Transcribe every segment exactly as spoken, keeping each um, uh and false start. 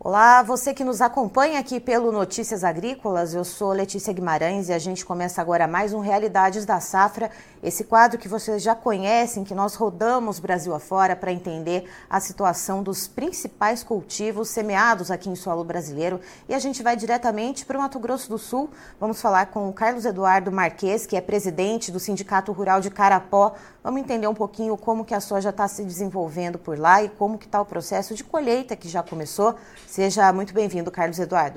Olá, você que nos acompanha aqui pelo Notícias Agrícolas, eu sou Letícia Guimarães e a gente começa agora mais um Realidades da Safra, esse quadro que vocês já conhecem, que nós rodamos Brasil afora para entender a situação dos principais cultivos semeados aqui em solo brasileiro. E a gente vai diretamente para o Mato Grosso do Sul, vamos falar com o Carlos Eduardo Marques, que é presidente do Sindicato Rural de Carapó. Vamos entender um pouquinho como que a soja está se desenvolvendo por lá e como que está o processo de colheita que já começou. Seja muito bem-vindo, Carlos Eduardo.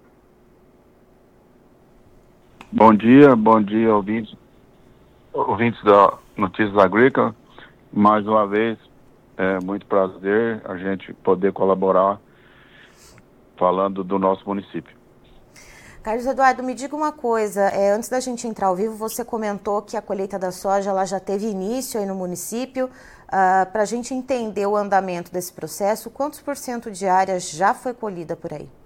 Bom dia, bom dia, ouvintes, ouvintes da Notícias Agrícolas. Mais uma vez, é muito prazer a gente poder colaborar falando do nosso município. Carlos Eduardo, me diga uma coisa, é, antes da gente entrar ao vivo, você comentou que a colheita da soja ela já teve início aí no município. Uh, para a gente entender o andamento desse processo, quantos por cento de área já foi colhida por aí?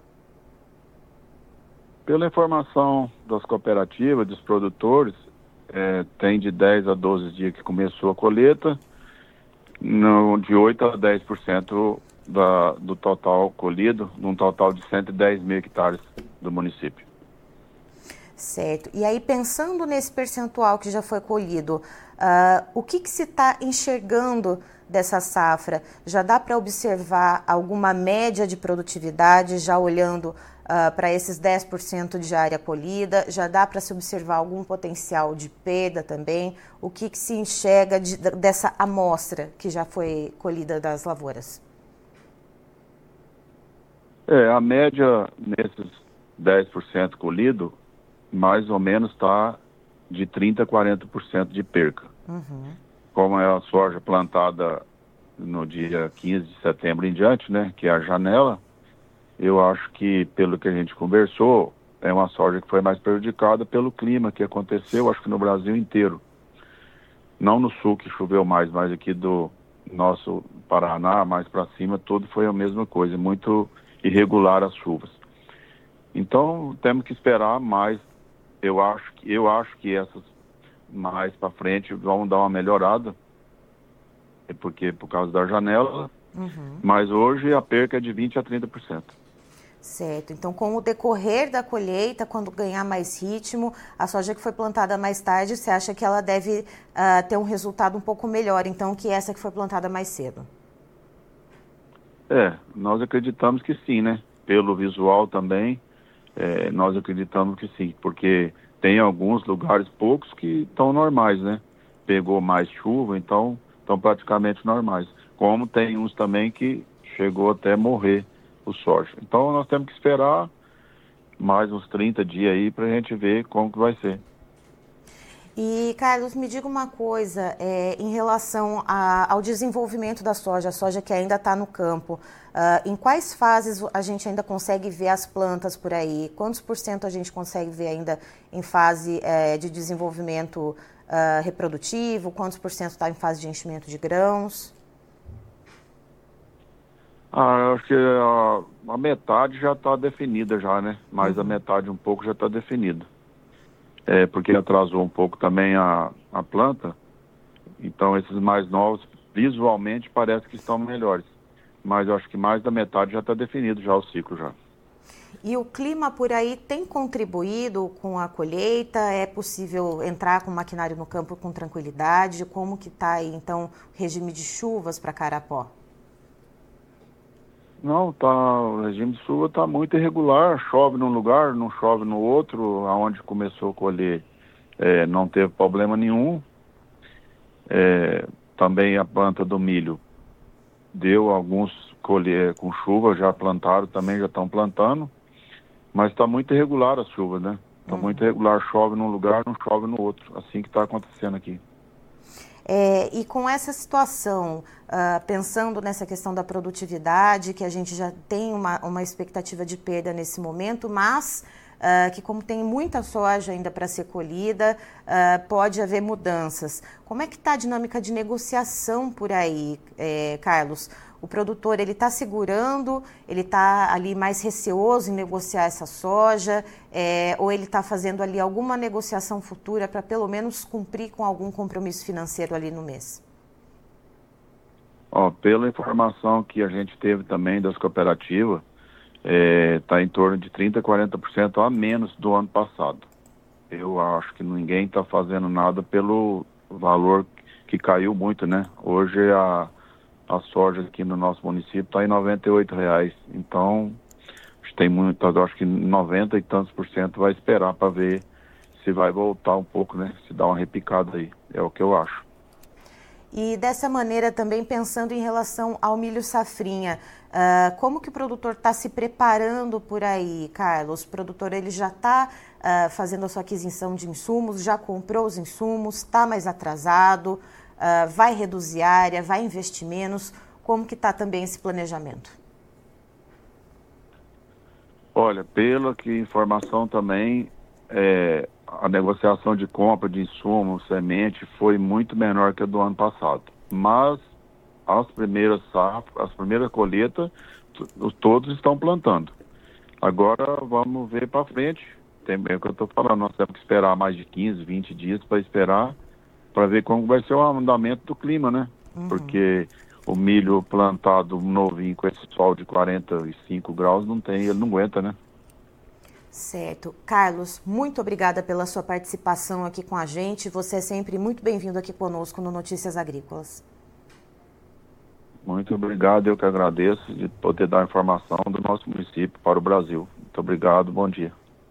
Pela informação das cooperativas, dos produtores, é, tem de dez a doze dias que começou a colheita, no, de oito a dez por cento da, do total colhido, num total de cento e dez mil hectares do município. Certo. E aí, pensando nesse percentual que já foi colhido, uh, o que, que se está enxergando dessa safra? Já dá para observar alguma média de produtividade, já olhando uh, para esses dez por cento de área colhida? Já dá para se observar algum potencial de perda também? O que, que se enxerga de, dessa amostra que já foi colhida das lavouras? É, a média nesses dez por cento colhido, mais ou menos está de trinta a quarenta por cento de perca. Uhum. Como é a soja plantada no dia quinze de setembro em diante, né, que é a janela, eu acho que, pelo que a gente conversou, é uma soja que foi mais prejudicada pelo clima que aconteceu, acho que no Brasil inteiro. Não no sul, que choveu mais, mas aqui do nosso Paraná, mais para cima, tudo foi a mesma coisa, muito irregular as chuvas. Então, temos que esperar mais. Eu acho que, eu acho que essas mais para frente vão dar uma melhorada, porque por causa da janela, uhum. Mas hoje a perca é de vinte a trinta por cento. Certo. Então, com o decorrer da colheita, quando ganhar mais ritmo, a soja que foi plantada mais tarde, você acha que ela deve uh, ter um resultado um pouco melhor, então, que essa que foi plantada mais cedo? É, nós acreditamos que sim, né? Pelo visual também. É, nós acreditamos que sim, porque tem alguns lugares, poucos, que estão normais, né? Pegou mais chuva, então estão praticamente normais. Como tem uns também que chegou até morrer o soja. Então nós temos que esperar mais uns trinta dias aí para a gente ver como que vai ser. E, Carlos, me diga uma coisa, é, em relação a, ao desenvolvimento da soja, a soja que ainda está no campo, uh, em quais fases a gente ainda consegue ver as plantas por aí? Quantos por cento a gente consegue ver ainda em fase é, de desenvolvimento uh, reprodutivo? Quantos por cento está em fase de enchimento de grãos? Ah, eu acho que a, a metade já está definida já, né? Mais uhum. A metade um pouco já está definida. É, porque atrasou um pouco também a, a planta, então esses mais novos visualmente parece que estão melhores, mas eu acho que mais da metade já está definido já o ciclo já. E o clima por aí tem contribuído com a colheita? É possível entrar com maquinário no campo com tranquilidade? Como que está aí então o regime de chuvas para Carapó? Não, tá, o regime de chuva está muito irregular, chove num lugar, não chove no outro, aonde começou a colher é, não teve problema nenhum. É, também a planta do milho deu alguns colher com chuva, já plantaram também, já estão plantando, mas está muito irregular as chuvas, né? Está uhum. muito irregular, chove num lugar, não chove no outro, assim que está acontecendo aqui. É, e com essa situação, uh, pensando nessa questão da produtividade, que a gente já tem uma, uma expectativa de perda nesse momento, mas uh, que como tem muita soja ainda para ser colhida, uh, pode haver mudanças. Como é que está a dinâmica de negociação por aí, eh, Carlos? O produtor, ele está segurando, ele está ali mais receoso em negociar essa soja, é, ou ele está fazendo ali alguma negociação futura para pelo menos cumprir com algum compromisso financeiro ali no mês? Ó, pela informação que a gente teve também das cooperativas, está em torno de trinta, quarenta por cento a menos do ano passado. Eu acho que ninguém está fazendo nada pelo valor que caiu muito, né? Hoje a, a soja aqui no nosso município está em noventa e oito reais. Então, tem muito, eu acho que noventa e tantos por cento vai esperar para ver se vai voltar um pouco, né? Se dá uma repicada aí. É o que eu acho. E dessa maneira também pensando em relação ao milho safrinha, uh, como que o produtor está se preparando por aí, Carlos? O produtor ele já está uh, fazendo a sua aquisição de insumos, já comprou os insumos, está mais atrasado, uh, vai reduzir área, vai investir menos? Como que está também esse planejamento? Olha, pela que informação também, é, a negociação de compra de insumos, semente, foi muito menor que a do ano passado. Mas as primeiras safras, as primeiras colheitas, todos estão plantando. Agora vamos ver para frente. Tem bem o que eu estou falando, nós temos que esperar mais de quinze, vinte dias para esperar, para ver como vai ser o andamento do clima, né? Uhum. Porque o milho plantado novinho com esse sol de quarenta e cinco graus, não tem, ele não aguenta, né? Certo. Carlos, muito obrigada pela sua participação aqui com a gente. Você é sempre muito bem-vindo aqui conosco no Notícias Agrícolas. Muito obrigado, eu que agradeço de poder dar informação do nosso município para o Brasil. Muito obrigado, bom dia.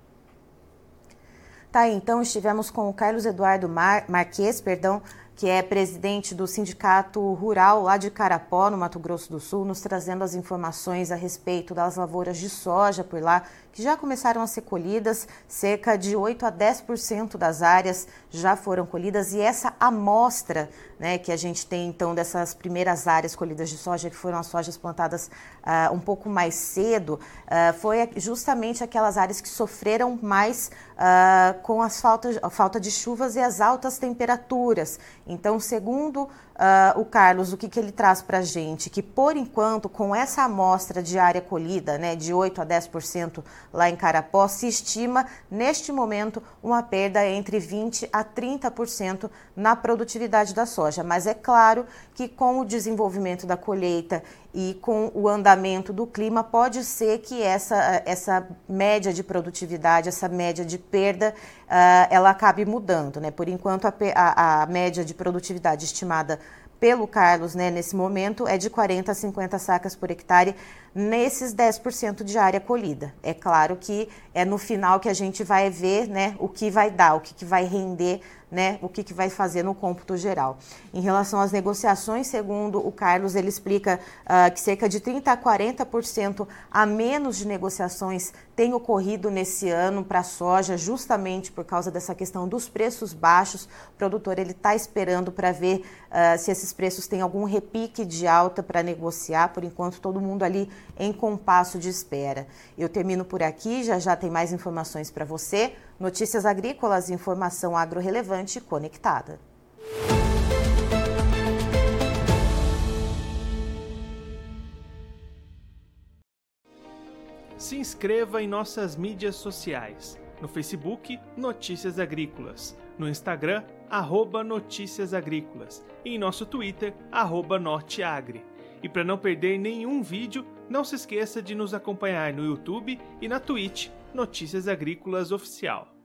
Tá aí, então estivemos com o Carlos Eduardo Mar... Marques, perdão, que é presidente do Sindicato Rural lá de Carapó, no Mato Grosso do Sul, nos trazendo as informações a respeito das lavouras de soja por lá, que já começaram a ser colhidas. Cerca de oito a dez por cento das áreas já foram colhidas, e essa amostra, né, que a gente tem então dessas primeiras áreas colhidas de soja, que foram as sojas plantadas uh, um pouco mais cedo, uh, foi justamente aquelas áreas que sofreram mais uh, com as faltas, a falta de chuvas e as altas temperaturas. Então, segundo uh, o Carlos, o que, que ele traz para a gente? Que, por enquanto, com essa amostra de área colhida, né, de oito a dez por cento lá em Carapó, se estima, neste momento, uma perda entre vinte a trinta por cento na produtividade da soja. Mas é claro que com o desenvolvimento da colheita e com o andamento do clima, pode ser que essa, essa média de produtividade, essa média de perda, uh, ela acabe mudando, né? Por enquanto, a, a, a média de produtividade estimada pelo Carlos, né, nesse momento, é de quarenta a cinquenta sacas por hectare nesses dez por cento de área colhida. É claro que é no final que a gente vai ver, né, o que vai dar, o que, que vai render, né, o que, que vai fazer no cômputo geral. Em relação às negociações, segundo o Carlos, ele explica uh, que cerca de trinta a quarenta por cento a menos de negociações tem ocorrido nesse ano para a soja, justamente por causa dessa questão dos preços baixos. O produtor está esperando para ver uh, se esses preços têm algum repique de alta para negociar. Por enquanto, todo mundo ali em compasso de espera. Eu termino por aqui, já já tem mais informações para você. Notícias Agrícolas, informação agro-relevante conectada. Se inscreva em nossas mídias sociais. No Facebook, Notícias Agrícolas. No Instagram, arroba Notícias Agrícolas. E em nosso Twitter, arroba Norteagri. E para não perder nenhum vídeo, não se esqueça de nos acompanhar no YouTube e na Twitch, Notícias Agrícolas Oficial.